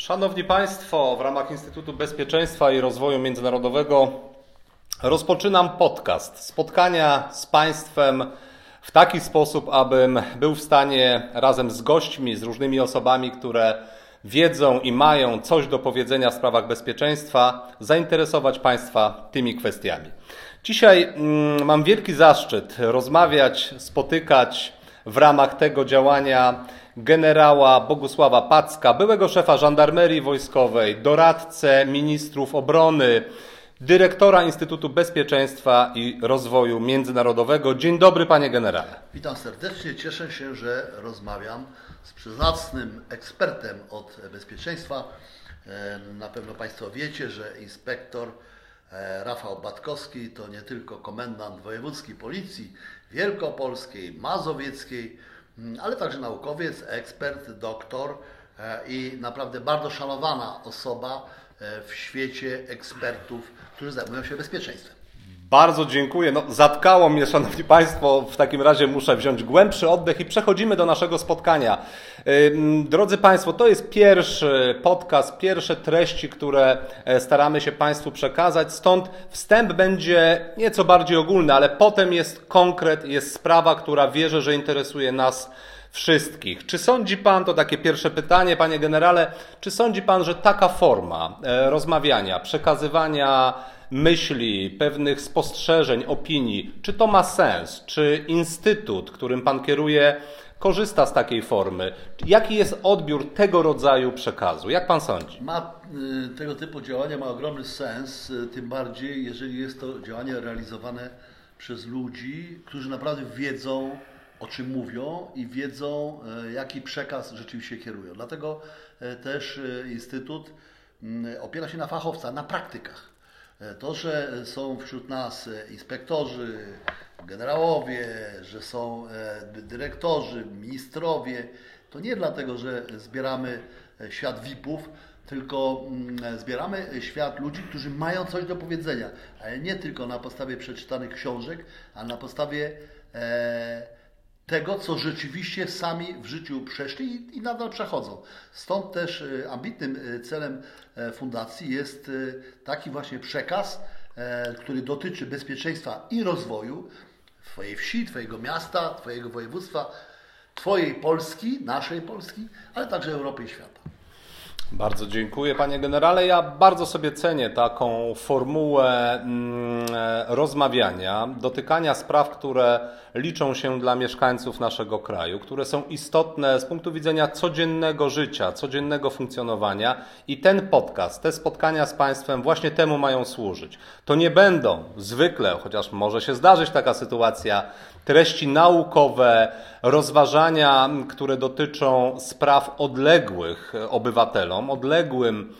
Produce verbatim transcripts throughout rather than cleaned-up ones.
Szanowni Państwo, w ramach Instytutu Bezpieczeństwa i Rozwoju Międzynarodowego rozpoczynam podcast. Spotkania z Państwem w taki sposób, abym był w stanie razem z gośćmi, z różnymi osobami, które wiedzą i mają coś do powiedzenia w sprawach bezpieczeństwa, zainteresować Państwa tymi kwestiami. Dzisiaj mm, mam wielki zaszczyt rozmawiać, spotykać w ramach tego działania generała Bogusława Packa, byłego szefa żandarmerii wojskowej, doradcę ministrów obrony, dyrektora Instytutu Bezpieczeństwa i Rozwoju Międzynarodowego. Dzień dobry, panie generale. Witam serdecznie, cieszę się, że rozmawiam z przyzacnym ekspertem od bezpieczeństwa. Na pewno Państwo wiecie, że inspektor Rafał Batkowski to nie tylko komendant wojewódzki Policji Wielkopolskiej, Mazowieckiej, ale także naukowiec, ekspert, doktor i naprawdę bardzo szanowana osoba w świecie ekspertów, którzy zajmują się bezpieczeństwem. Bardzo dziękuję. No, zatkało mnie, szanowni państwo, w takim razie muszę wziąć głębszy oddech i przechodzimy do naszego spotkania. Drodzy państwo, to jest pierwszy podcast, pierwsze treści, które staramy się państwu przekazać, stąd wstęp będzie nieco bardziej ogólny, ale potem jest konkret, jest sprawa, która wierzę, że interesuje nas wszystkich. Czy sądzi pan, to takie pierwsze pytanie, panie generale, czy sądzi pan, że taka forma rozmawiania, przekazywania myśli, pewnych spostrzeżeń, opinii, czy to ma sens? Czy instytut, którym pan kieruje, korzysta z takiej formy? Jaki jest odbiór tego rodzaju przekazu? Jak pan sądzi? Ma, tego typu działania ma ogromny sens, tym bardziej jeżeli jest to działanie realizowane przez ludzi, którzy naprawdę wiedzą, o czym mówią i wiedzą, jaki przekaz rzeczywiście kierują. Dlatego też Instytut opiera się na fachowcach, na praktykach. To, że są wśród nas inspektorzy, generałowie, że są dyrektorzy, ministrowie, to nie dlatego, że zbieramy świat V I P-ów, tylko zbieramy świat ludzi, którzy mają coś do powiedzenia, ale nie tylko na podstawie przeczytanych książek, ale na podstawie tego, co rzeczywiście sami w życiu przeszli i nadal przechodzą. Stąd też ambitnym celem fundacji jest taki właśnie przekaz, który dotyczy bezpieczeństwa i rozwoju Twojej wsi, Twojego miasta, Twojego województwa, Twojej Polski, naszej Polski, ale także Europy i świata. Bardzo dziękuję, panie generale. Ja bardzo sobie cenię taką formułę mm, rozmawiania, dotykania spraw, które liczą się dla mieszkańców naszego kraju, które są istotne z punktu widzenia codziennego życia, codziennego funkcjonowania i ten podcast, te spotkania z państwem właśnie temu mają służyć. To nie będą zwykle, chociaż może się zdarzyć taka sytuacja, treści naukowe, rozważania, które dotyczą spraw odległych obywatelom, odległym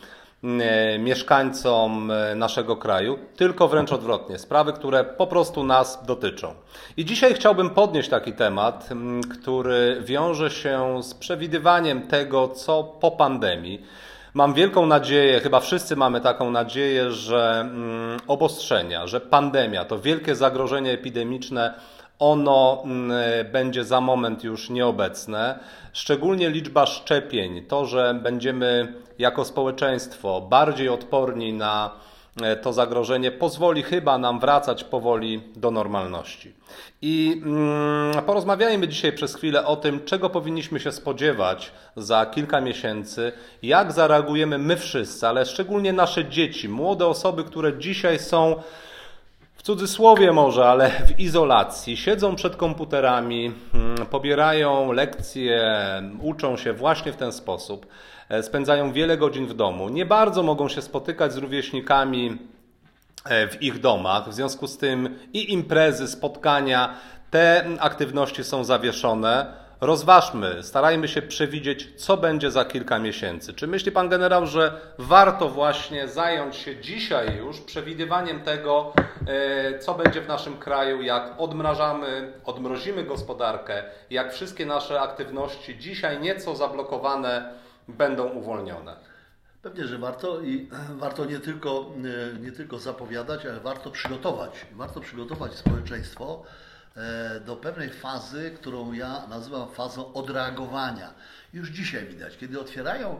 mieszkańcom naszego kraju, tylko wręcz odwrotnie, sprawy, które po prostu nas dotyczą. I dzisiaj chciałbym podnieść taki temat, który wiąże się z przewidywaniem tego, co po pandemii. Mam wielką nadzieję, chyba wszyscy mamy taką nadzieję, że obostrzenia, że pandemia, to wielkie zagrożenie epidemiczne, ono będzie za moment już nieobecne. Szczególnie liczba szczepień, to, że będziemy jako społeczeństwo bardziej odporni na to zagrożenie, pozwoli chyba nam wracać powoli do normalności. I porozmawiajmy dzisiaj przez chwilę o tym, czego powinniśmy się spodziewać za kilka miesięcy, jak zareagujemy my wszyscy, ale szczególnie nasze dzieci, młode osoby, które dzisiaj są w cudzysłowie może, ale w izolacji, siedzą przed komputerami, pobierają lekcje, uczą się właśnie w ten sposób, spędzają wiele godzin w domu, nie bardzo mogą się spotykać z rówieśnikami w ich domach, w związku z tym i imprezy, spotkania, te aktywności są zawieszone. Rozważmy, starajmy się przewidzieć, co będzie za kilka miesięcy. Czy myśli pan generał, że warto właśnie zająć się dzisiaj już przewidywaniem tego, co będzie w naszym kraju, jak odmrażamy, odmrozimy gospodarkę, jak wszystkie nasze aktywności dzisiaj nieco zablokowane będą uwolnione? Pewnie, że warto i warto nie tylko, nie tylko zapowiadać, ale warto przygotować. Warto przygotować społeczeństwo do pewnej fazy, którą ja nazywam fazą odreagowania. Już dzisiaj widać, kiedy otwierają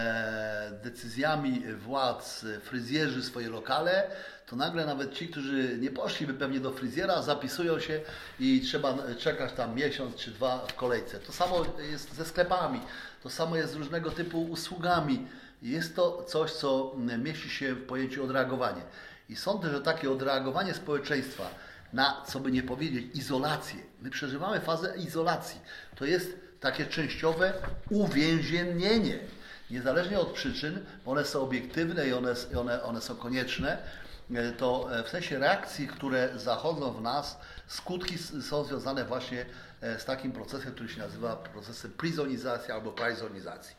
decyzjami władz fryzjerzy swoje lokale, to nagle nawet ci, którzy nie poszliby pewnie do fryzjera, zapisują się i trzeba czekać tam miesiąc czy dwa w kolejce. To samo jest ze sklepami, to samo jest z różnego typu usługami. Jest to coś, co mieści się w pojęciu odreagowanie. I sądzę, że takie odreagowanie społeczeństwa na, co by nie powiedzieć, izolację. My przeżywamy fazę izolacji. To jest takie częściowe uwięzienienie. Niezależnie od przyczyn, bo one są obiektywne i one, one, one są konieczne, to w sensie reakcji, które zachodzą w nas, skutki są związane właśnie z takim procesem, który się nazywa procesem prizonizacji albo prizonizacji.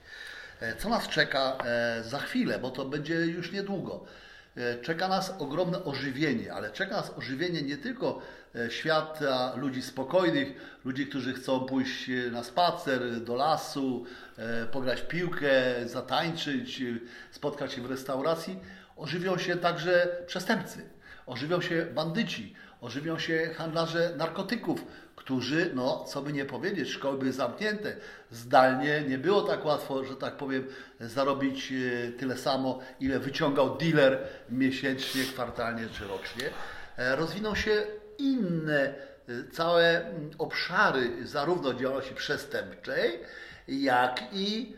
Co nas czeka za chwilę, bo to będzie już niedługo. Czeka nas ogromne ożywienie, ale czeka nas ożywienie nie tylko świata ludzi spokojnych, ludzi, którzy chcą pójść na spacer, do lasu, pograć w piłkę, zatańczyć, spotkać się w restauracji. Ożywią się także przestępcy, ożywią się bandyci, ożywią się handlarze narkotyków, którzy, no co by nie powiedzieć, szkoły były zamknięte, zdalnie nie było tak łatwo, że tak powiem, zarobić tyle samo, ile wyciągał dealer miesięcznie, kwartalnie czy rocznie. Rozwiną się inne całe obszary zarówno działalności przestępczej, jak i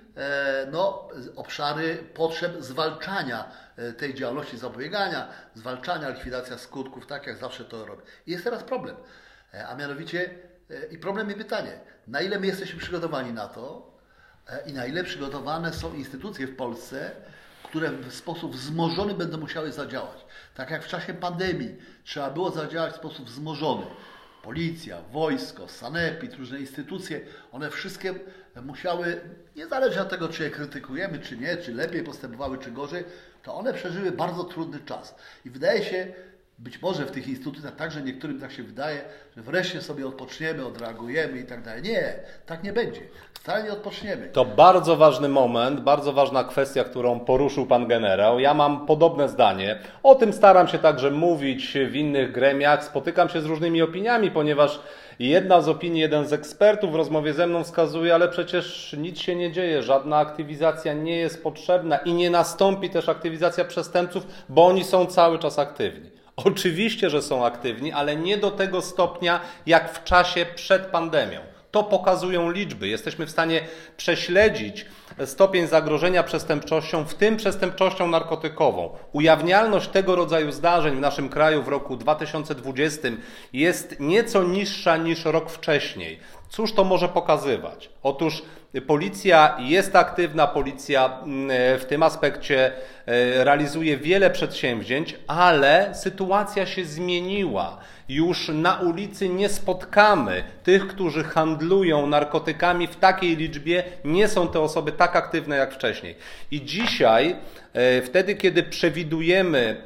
no, obszary potrzeb zwalczania tej działalności, zapobiegania, zwalczania, likwidacja skutków, tak jak zawsze to robię. I jest teraz problem, a mianowicie i problem i pytanie, na ile my jesteśmy przygotowani na to i na ile przygotowane są instytucje w Polsce, które w sposób wzmożony będą musiały zadziałać. Tak jak w czasie pandemii trzeba było zadziałać w sposób wzmożony. Policja, wojsko, sanepid, różne instytucje, one wszystkie musiały, niezależnie od tego, czy je krytykujemy, czy nie, czy lepiej postępowały, czy gorzej, to one przeżyły bardzo trudny czas. I wydaje się, być może w tych instytucjach także niektórym tak się wydaje, że wreszcie sobie odpoczniemy, odreagujemy i tak dalej. Nie, tak nie będzie. Wcale nie odpoczniemy. To bardzo ważny moment, bardzo ważna kwestia, którą poruszył pan generał. Ja mam podobne zdanie. O tym staram się także mówić w innych gremiach. Spotykam się z różnymi opiniami, ponieważ jedna z opinii, jeden z ekspertów w rozmowie ze mną wskazuje, ale przecież nic się nie dzieje, żadna aktywizacja nie jest potrzebna i nie nastąpi też aktywizacja przestępców, bo oni są cały czas aktywni. Oczywiście, że są aktywni, ale nie do tego stopnia, jak w czasie przed pandemią. To pokazują liczby. Jesteśmy w stanie prześledzić stopień zagrożenia przestępczością, w tym przestępczością narkotykową. Ujawnialność tego rodzaju zdarzeń w naszym kraju w roku dwa tysiące dwudziestym jest nieco niższa niż rok wcześniej. Cóż to może pokazywać? Otóż policja jest aktywna, policja w tym aspekcie realizuje wiele przedsięwzięć, ale sytuacja się zmieniła. Już na ulicy nie spotkamy tych, którzy handlują narkotykami w takiej liczbie, nie są te osoby tak aktywne jak wcześniej. I dzisiaj, wtedy kiedy przewidujemy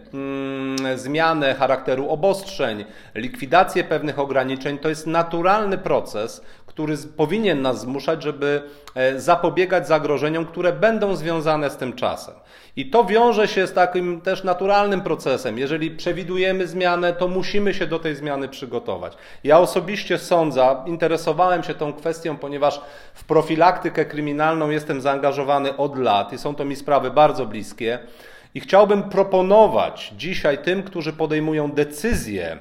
zmianę charakteru obostrzeń, likwidację pewnych ograniczeń, to jest naturalny proces, który powinien nas zmuszać, żeby zapobiegać zagrożeniom, które będą związane z tym czasem. I to wiąże się z takim też naturalnym procesem. Jeżeli przewidujemy zmianę, to musimy się do tej zmiany przygotować. Ja osobiście sądzę, interesowałem się tą kwestią, ponieważ w profilaktykę kryminalną jestem zaangażowany od lat i są to mi sprawy bardzo bliskie. I chciałbym proponować dzisiaj tym, którzy podejmują decyzje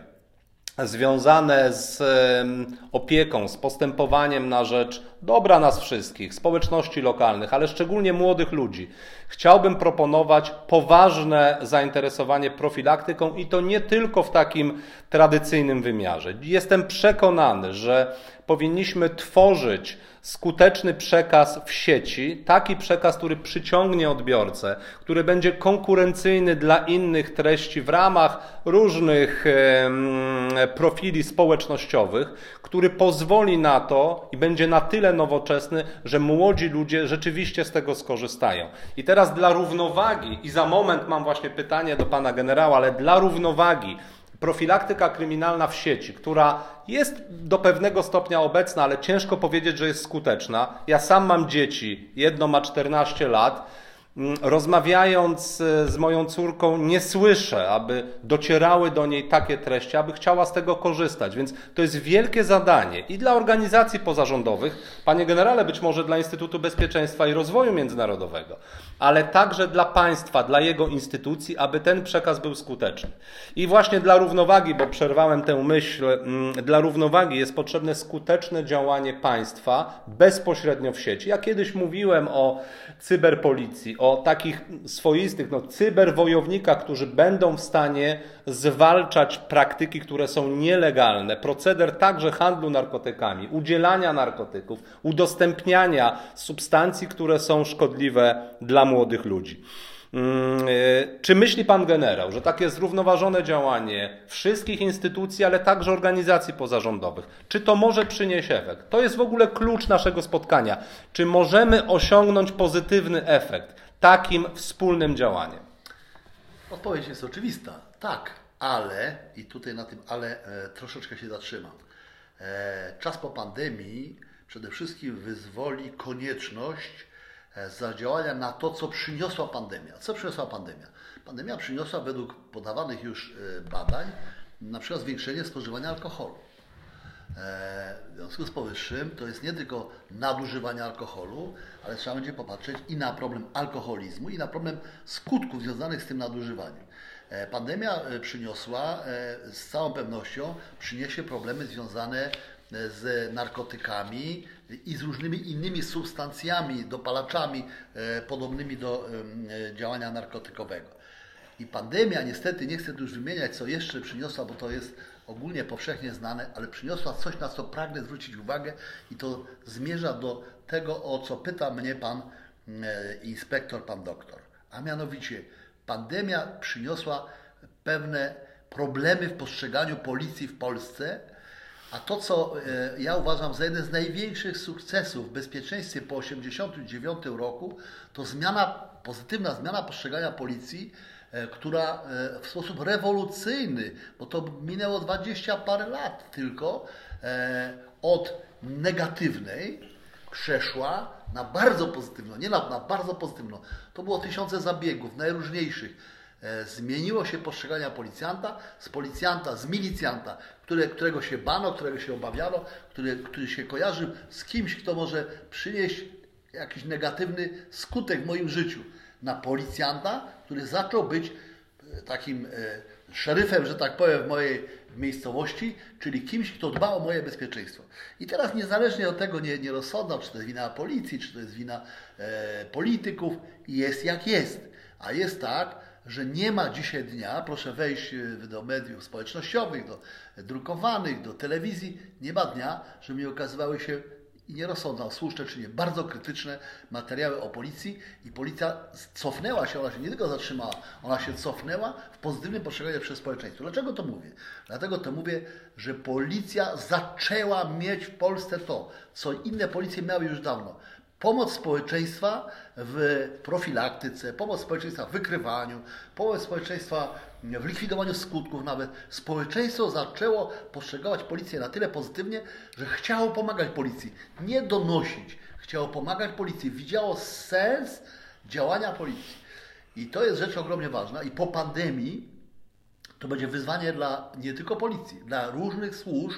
związane z opieką, z postępowaniem na rzecz dobra nas wszystkich, społeczności lokalnych, ale szczególnie młodych ludzi. Chciałbym proponować poważne zainteresowanie profilaktyką i to nie tylko w takim tradycyjnym wymiarze. Jestem przekonany, że powinniśmy tworzyć skuteczny przekaz w sieci, taki przekaz, który przyciągnie odbiorcę, który będzie konkurencyjny dla innych treści w ramach różnych profili społecznościowych, który pozwoli na to i będzie na tyle nowoczesny, że młodzi ludzie rzeczywiście z tego skorzystają. I teraz dla równowagi, i za moment mam właśnie pytanie do pana generała, ale dla równowagi, profilaktyka kryminalna w sieci, która jest do pewnego stopnia obecna, ale ciężko powiedzieć, że jest skuteczna. Ja sam mam dzieci, jedno ma czternaście lat Rozmawiając z moją córką, nie słyszę, aby docierały do niej takie treści, aby chciała z tego korzystać. Więc to jest wielkie zadanie i dla organizacji pozarządowych, panie generale, być może dla Instytutu Bezpieczeństwa i Rozwoju Międzynarodowego, ale także dla państwa, dla jego instytucji, aby ten przekaz był skuteczny. I właśnie dla równowagi, bo przerwałem tę myśl, dla równowagi jest potrzebne skuteczne działanie państwa bezpośrednio w sieci. Ja kiedyś mówiłem o cyberpolicji, o takich swoistych no, cyberwojownikach, którzy będą w stanie zwalczać praktyki, które są nielegalne, proceder także handlu narkotykami, udzielania narkotyków, udostępniania substancji, które są szkodliwe dla młodych ludzi. Czy myśli pan generał, że takie zrównoważone działanie wszystkich instytucji, ale także organizacji pozarządowych, czy to może przynieść efekt? To jest w ogóle klucz naszego spotkania. Czy możemy osiągnąć pozytywny efekt takim wspólnym działaniem? Odpowiedź jest oczywista. Tak, ale, i tutaj na tym ale e, troszeczkę się zatrzymam. E, czas po pandemii przede wszystkim wyzwoli konieczność zadziałania na to, co przyniosła pandemia. Co przyniosła pandemia? Pandemia przyniosła według podawanych już badań na przykład zwiększenie spożywania alkoholu. W związku z powyższym to jest nie tylko nadużywanie alkoholu, ale trzeba będzie popatrzeć i na problem alkoholizmu, i na problem skutków związanych z tym nadużywaniem. Pandemia przyniosła, z całą pewnością przyniesie problemy związane z narkotykami i z różnymi innymi substancjami, dopalaczami e, podobnymi do e, działania narkotykowego. I pandemia niestety, nie chcę tu już wymieniać, co jeszcze przyniosła, bo to jest ogólnie powszechnie znane, ale przyniosła coś, na co pragnę zwrócić uwagę i to zmierza do tego, o co pyta mnie pan e, inspektor, pan doktor. A mianowicie pandemia przyniosła pewne problemy w postrzeganiu policji w Polsce. A to, co ja uważam za jeden z największych sukcesów w bezpieczeństwie po tysiąc dziewięćset osiemdziesiątym dziewiątym roku, to zmiana, pozytywna zmiana postrzegania policji, która w sposób rewolucyjny, bo to minęło dwadzieścia parę lat tylko, od negatywnej przeszła na bardzo pozytywną, nie na, na bardzo pozytywną. To było tysiące zabiegów najróżniejszych. Zmieniło się postrzegania policjanta, z policjanta, z milicjanta, które, którego się bano, którego się obawiano, który, który się kojarzył z kimś, kto może przynieść jakiś negatywny skutek w moim życiu, na policjanta, który zaczął być takim e, szeryfem, że tak powiem, w mojej miejscowości, czyli kimś, kto dba o moje bezpieczeństwo. I teraz niezależnie od tego nie, nie rozsądzam, czy to jest wina policji, czy to jest wina e, polityków, jest jak jest. A jest tak, że nie ma dzisiaj dnia, proszę wejść do mediów społecznościowych, do drukowanych, do telewizji, nie ma dnia, żeby mi okazywały się, i nie rozsądzam, słuszne czy nie, bardzo krytyczne materiały o policji i policja cofnęła się, ona się nie tylko zatrzymała, ona się cofnęła w pozytywnym postrzeganiu przez społeczeństwo. Dlaczego to mówię? Dlatego to mówię, że policja zaczęła mieć w Polsce to, co inne policje miały już dawno. Pomoc społeczeństwa w profilaktyce, pomoc społeczeństwa w wykrywaniu, pomoc społeczeństwa w likwidowaniu skutków nawet. Społeczeństwo zaczęło postrzegać policję na tyle pozytywnie, że chciało pomagać policji, nie donosić. Chciało pomagać policji, widziało sens działania policji. I to jest rzecz ogromnie ważna. I po pandemii to będzie wyzwanie dla nie tylko policji, dla różnych służb,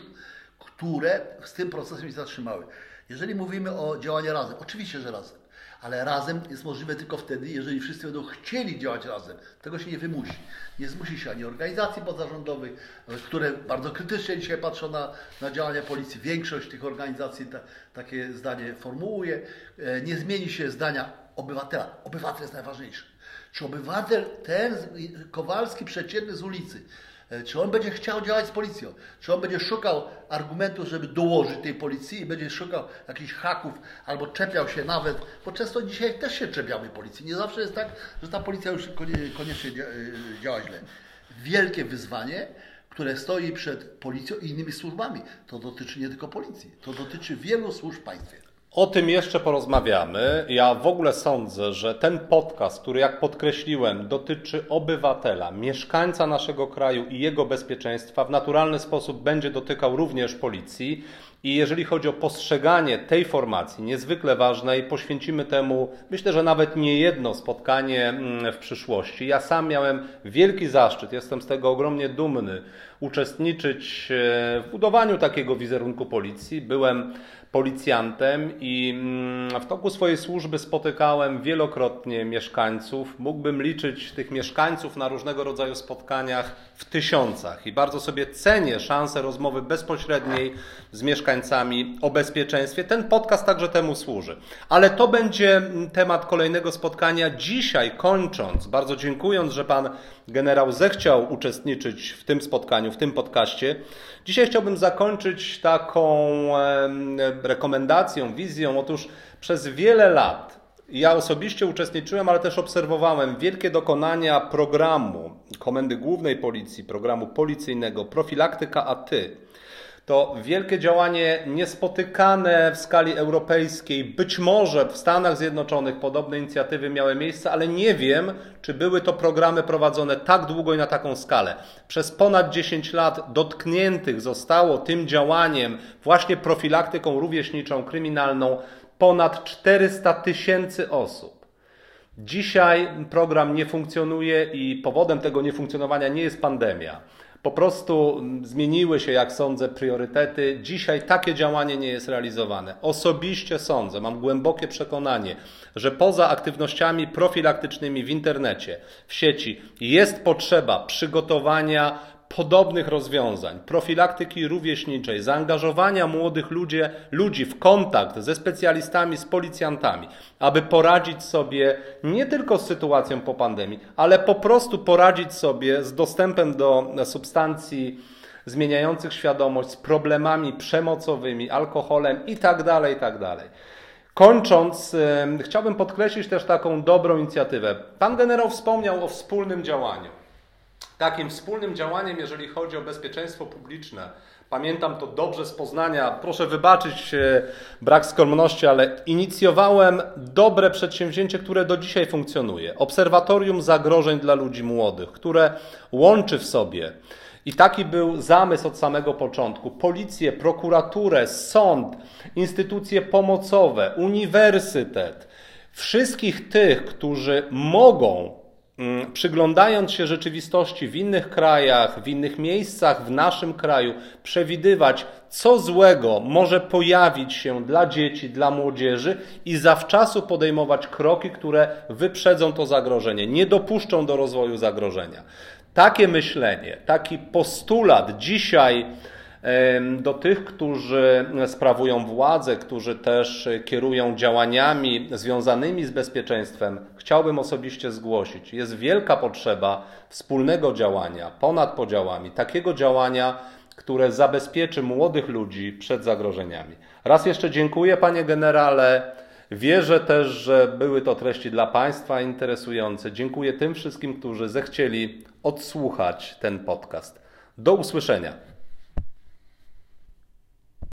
które z tym procesem się zatrzymały. Jeżeli mówimy o działaniu razem, oczywiście, że razem, ale razem jest możliwe tylko wtedy, jeżeli wszyscy będą chcieli działać razem. Tego się nie wymusi. Nie zmusi się ani organizacji pozarządowych, które bardzo krytycznie dzisiaj patrzą na, na działania policji. Większość tych organizacji ta, takie zdanie formułuje. Nie zmieni się zdania obywatela. Obywatel jest najważniejszy. Czy obywatel, ten Kowalski przeciętny z ulicy, czy on będzie chciał działać z policją? Czy on będzie szukał argumentów, żeby dołożyć tej policji i będzie szukał jakichś haków albo czepiał się nawet, bo często dzisiaj też się czepiamy policji. Nie zawsze jest tak, że ta policja już koniecznie działa źle. Wielkie wyzwanie, które stoi przed policją i innymi służbami. To dotyczy nie tylko policji, to dotyczy wielu służb w państwie. O tym jeszcze porozmawiamy. Ja w ogóle sądzę, że ten podcast, który jak podkreśliłem, dotyczy obywatela, mieszkańca naszego kraju i jego bezpieczeństwa, w naturalny sposób będzie dotykał również policji I jeżeli chodzi o postrzeganie tej formacji, niezwykle ważnej, poświęcimy temu, myślę, że nawet nie jedno spotkanie w przyszłości. Ja sam miałem wielki zaszczyt, jestem z tego ogromnie dumny, uczestniczyć w budowaniu takiego wizerunku policji. Byłem policjantem i w toku swojej służby spotykałem wielokrotnie mieszkańców. Mógłbym liczyć tych mieszkańców na różnego rodzaju spotkaniach w tysiącach i bardzo sobie cenię szansę rozmowy bezpośredniej z mieszkańcami o bezpieczeństwie. Ten podcast także temu służy. Ale to będzie temat kolejnego spotkania. Dzisiaj kończąc, bardzo dziękując, że pan generał zechciał uczestniczyć w tym spotkaniu, w tym podcaście. Dzisiaj chciałbym zakończyć taką rekomendacją, wizją. Otóż przez wiele lat ja osobiście uczestniczyłem, ale też obserwowałem wielkie dokonania programu Komendy Głównej Policji, programu policyjnego Profilaktyka A T Y. To wielkie działanie niespotykane w skali europejskiej. Być może w Stanach Zjednoczonych podobne inicjatywy miały miejsce, ale nie wiem, czy były to programy prowadzone tak długo i na taką skalę. Przez ponad dziesięć lat dotkniętych zostało tym działaniem, właśnie profilaktyką rówieśniczą, kryminalną, ponad czterysta tysięcy osób. Dzisiaj program nie funkcjonuje i powodem tego niefunkcjonowania nie jest pandemia. Po prostu zmieniły się, jak sądzę, priorytety. Dzisiaj takie działanie nie jest realizowane. Osobiście sądzę, mam głębokie przekonanie, że poza aktywnościami profilaktycznymi w internecie, w sieci jest potrzeba przygotowania podobnych rozwiązań, profilaktyki rówieśniczej, zaangażowania młodych ludzi, ludzi w kontakt ze specjalistami, z policjantami, aby poradzić sobie nie tylko z sytuacją po pandemii, ale po prostu poradzić sobie z dostępem do substancji zmieniających świadomość, z problemami przemocowymi, alkoholem itd., itd. Kończąc, chciałbym podkreślić też taką dobrą inicjatywę. Pan generał wspomniał o wspólnym działaniu. Takim wspólnym działaniem, jeżeli chodzi o bezpieczeństwo publiczne, pamiętam to dobrze z Poznania, proszę wybaczyć brak skromności, ale inicjowałem dobre przedsięwzięcie, które do dzisiaj funkcjonuje. Obserwatorium zagrożeń dla ludzi młodych, które łączy w sobie, i taki był zamysł od samego początku, policję, prokuraturę, sąd, instytucje pomocowe, uniwersytet, wszystkich tych, którzy mogą, przyglądając się rzeczywistości w innych krajach, w innych miejscach w naszym kraju, przewidywać, co złego może pojawić się dla dzieci, dla młodzieży i zawczasu podejmować kroki, które wyprzedzą to zagrożenie, nie dopuszczą do rozwoju zagrożenia. Takie myślenie, taki postulat dzisiaj do tych, którzy sprawują władzę, którzy też kierują działaniami związanymi z bezpieczeństwem, chciałbym osobiście zgłosić. Jest wielka potrzeba wspólnego działania, ponad podziałami, takiego działania, które zabezpieczy młodych ludzi przed zagrożeniami. Raz jeszcze dziękuję, panie generale. Wierzę też, że były to treści dla państwa interesujące. Dziękuję tym wszystkim, którzy zechcieli odsłuchać ten podcast. Do usłyszenia.